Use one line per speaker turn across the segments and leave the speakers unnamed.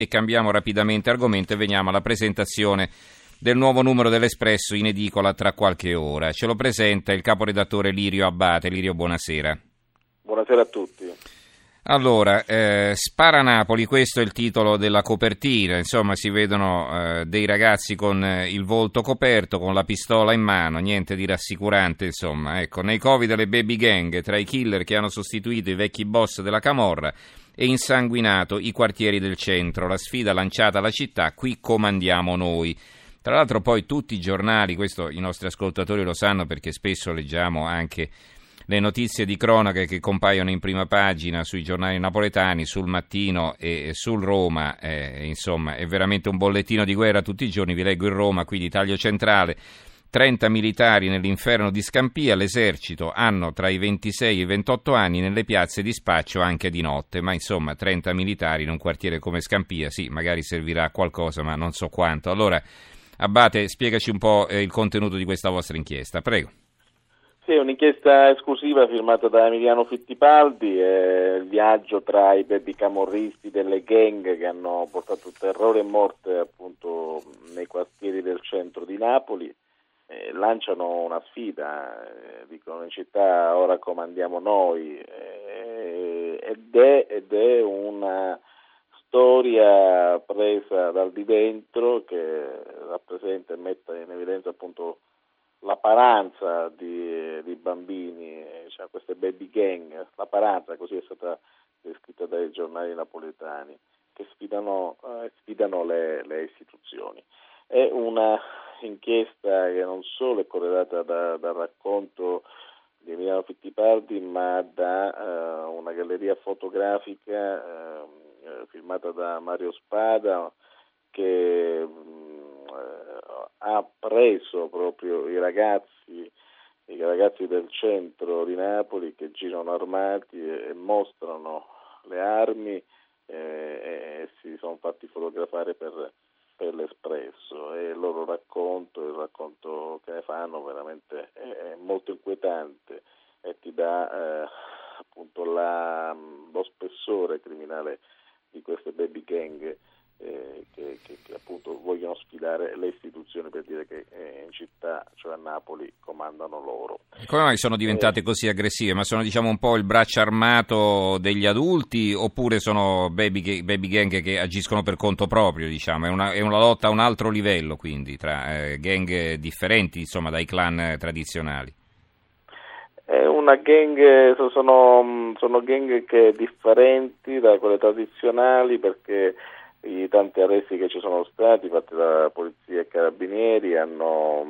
E cambiamo rapidamente argomento e veniamo alla presentazione del nuovo numero dell'Espresso in edicola tra qualche ora. Ce lo presenta il caporedattore Lirio Abbate. Lirio, buonasera.
Buonasera a tutti.
Allora, Spara Napoli, questo è il titolo della copertina, insomma si vedono dei ragazzi con il volto coperto, con la pistola in mano, niente di rassicurante insomma. Ecco, nei covi delle baby gang, tra i killer che hanno sostituito i vecchi boss della camorra e insanguinato i quartieri del centro, la sfida lanciata alla città, qui comandiamo noi. Tra l'altro poi tutti i giornali, questo i nostri ascoltatori lo sanno perché spesso leggiamo anche le notizie di cronaca che compaiono in prima pagina sui giornali napoletani, sul Mattino e sul Roma, insomma è veramente un bollettino di guerra tutti i giorni. Vi leggo il Roma, qui di Taglio Centrale: 30 militari nell'inferno di Scampia, l'esercito hanno tra i 26 e i 28 anni, nelle piazze di spaccio anche di notte, ma insomma 30 militari in un quartiere come Scampia, sì, magari servirà a qualcosa, ma non so quanto. Allora, Abbate, spiegaci un po' il contenuto di questa vostra inchiesta, prego.
Sì, è un'inchiesta esclusiva firmata da Emiliano Fittipaldi, il viaggio tra i baby camorristi delle gang che hanno portato terrore e morte appunto nei quartieri del centro di Napoli. Lanciano una sfida, dicono in città ora comandiamo noi, ed è una storia presa dal di dentro che rappresenta e mette in evidenza appunto la paranza di bambini, cioè queste baby gang, la paranza così è stata descritta dai giornali napoletani, che sfidano le istituzioni. È una inchiesta che non solo è corredata dal racconto di Emiliano Fittipaldi, ma da una galleria fotografica firmata da Mario Spada, che ha preso proprio i ragazzi del centro di Napoli che girano armati e mostrano le armi e si sono fatti fotografare per l'Espresso, e il loro racconto, il racconto che ne fanno veramente è molto inquietante e ti dà appunto lo spessore criminale di queste baby gang che appunto vogliono sfidare le istituzioni per dire che in città, cioè a Napoli, comandano loro.
Come mai sono diventate così aggressive? Ma sono diciamo un po' il braccio armato degli adulti oppure sono baby gang che agiscono per conto proprio, diciamo? È una lotta a un altro livello quindi tra gang differenti insomma dai clan tradizionali?
È una gang, sono gang che differenti da quelle tradizionali, perché i tanti arresti che ci sono stati fatti da polizia e carabinieri hanno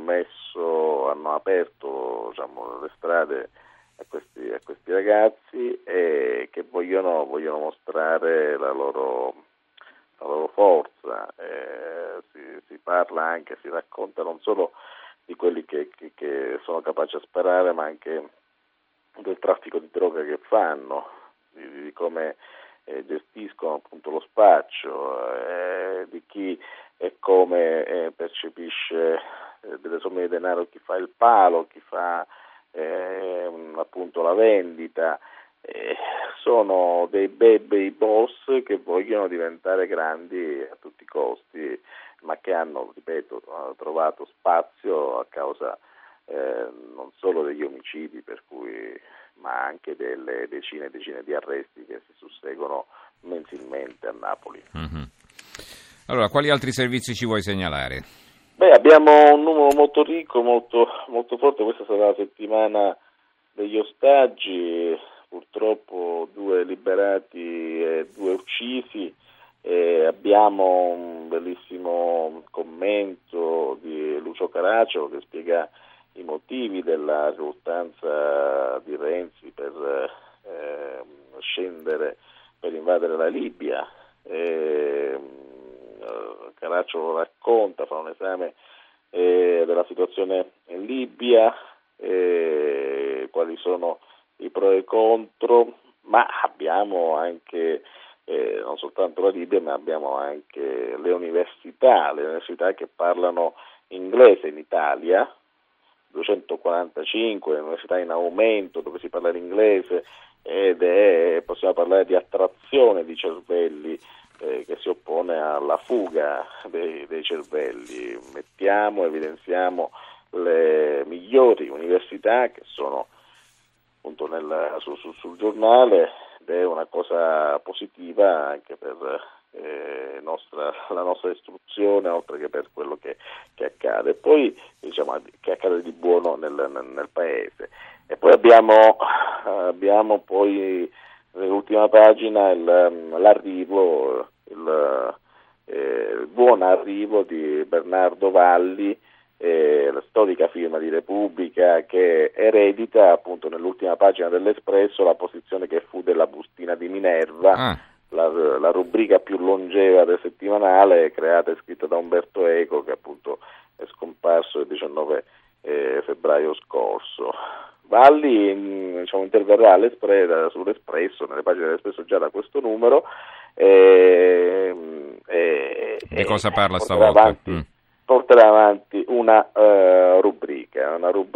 aperto diciamo, le strade a questi ragazzi e che vogliono mostrare la loro forza. Si parla anche, si racconta non solo di quelli che sono capaci a sparare, ma anche del traffico di droga che fanno, di come gestiscono appunto lo spaccio, di chi e come percepisce delle somme di denaro, chi fa il palo, chi fa appunto la vendita. Sono dei baby boss che vogliono diventare grandi a tutti i costi, ma che hanno, ripeto, trovato spazio a causa non solo degli omicidi, ma anche delle decine e decine di arresti che si susseguono mensilmente a Napoli.
Mm-hmm. Allora, quali altri servizi ci vuoi segnalare?
Abbiamo un numero molto ricco, molto, molto forte. Questa sarà la settimana degli ostaggi, purtroppo 2 liberati e 2 uccisi. Abbiamo un bellissimo commento di Lucio Caracciolo che spiega i motivi della riluttanza di Renzi per scendere per invadere la Libia. Caracciolo racconta, fa un esame della situazione in Libia, quali sono i pro e i contro, ma abbiamo anche non soltanto la Libia, ma abbiamo anche le università che parlano inglese in Italia, 245 università in aumento dove si parla l'inglese, possiamo parlare di attrazione di cervelli che si oppone alla fuga dei cervelli. Evidenziamo le migliori università che sono appunto sul giornale, ed è una cosa positiva anche per la nostra istruzione, oltre che per quello che accade. Poi che accade di buono nel paese. E poi abbiamo poi nell'ultima pagina il buon arrivo di Bernardo Valli, la storica firma di Repubblica, che eredita appunto nell'ultima pagina dell'Espresso la posizione che fu della bustina di Minerva, la rubrica più longeva del settimanale, creata e scritta da Umberto Eco, che appunto è scomparso il 19 febbraio scorso. Valli interverrà sull'Espresso, nelle pagine dell'Espresso già da questo numero,
di cosa parla stavolta?
Porterà avanti una rubrica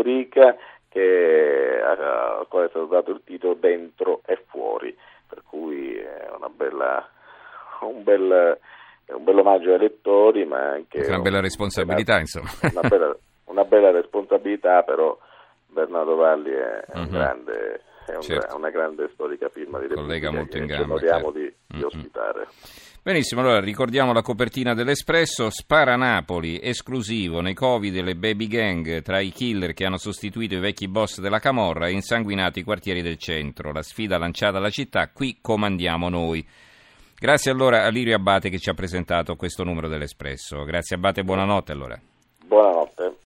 a quale è stato dato il titolo Dentro e Fuori, per cui è un bel omaggio ai lettori, ma anche
una bella responsabilità, insomma.
Una bella responsabilità, però Bernardo Valli è una grande storica firma di Repubblica,
collega molto in
che ci
gamba,
onoriamo di ospitare.
Benissimo, allora ricordiamo la copertina dell'Espresso: Spara Napoli, esclusivo, nei covi delle baby gang, tra i killer che hanno sostituito i vecchi boss della camorra e insanguinato i quartieri del centro. La sfida lanciata alla città, qui comandiamo noi. Grazie allora a Lirio Abbate che ci ha presentato questo numero dell'Espresso. Grazie Abbate, buonanotte allora.
Buonanotte.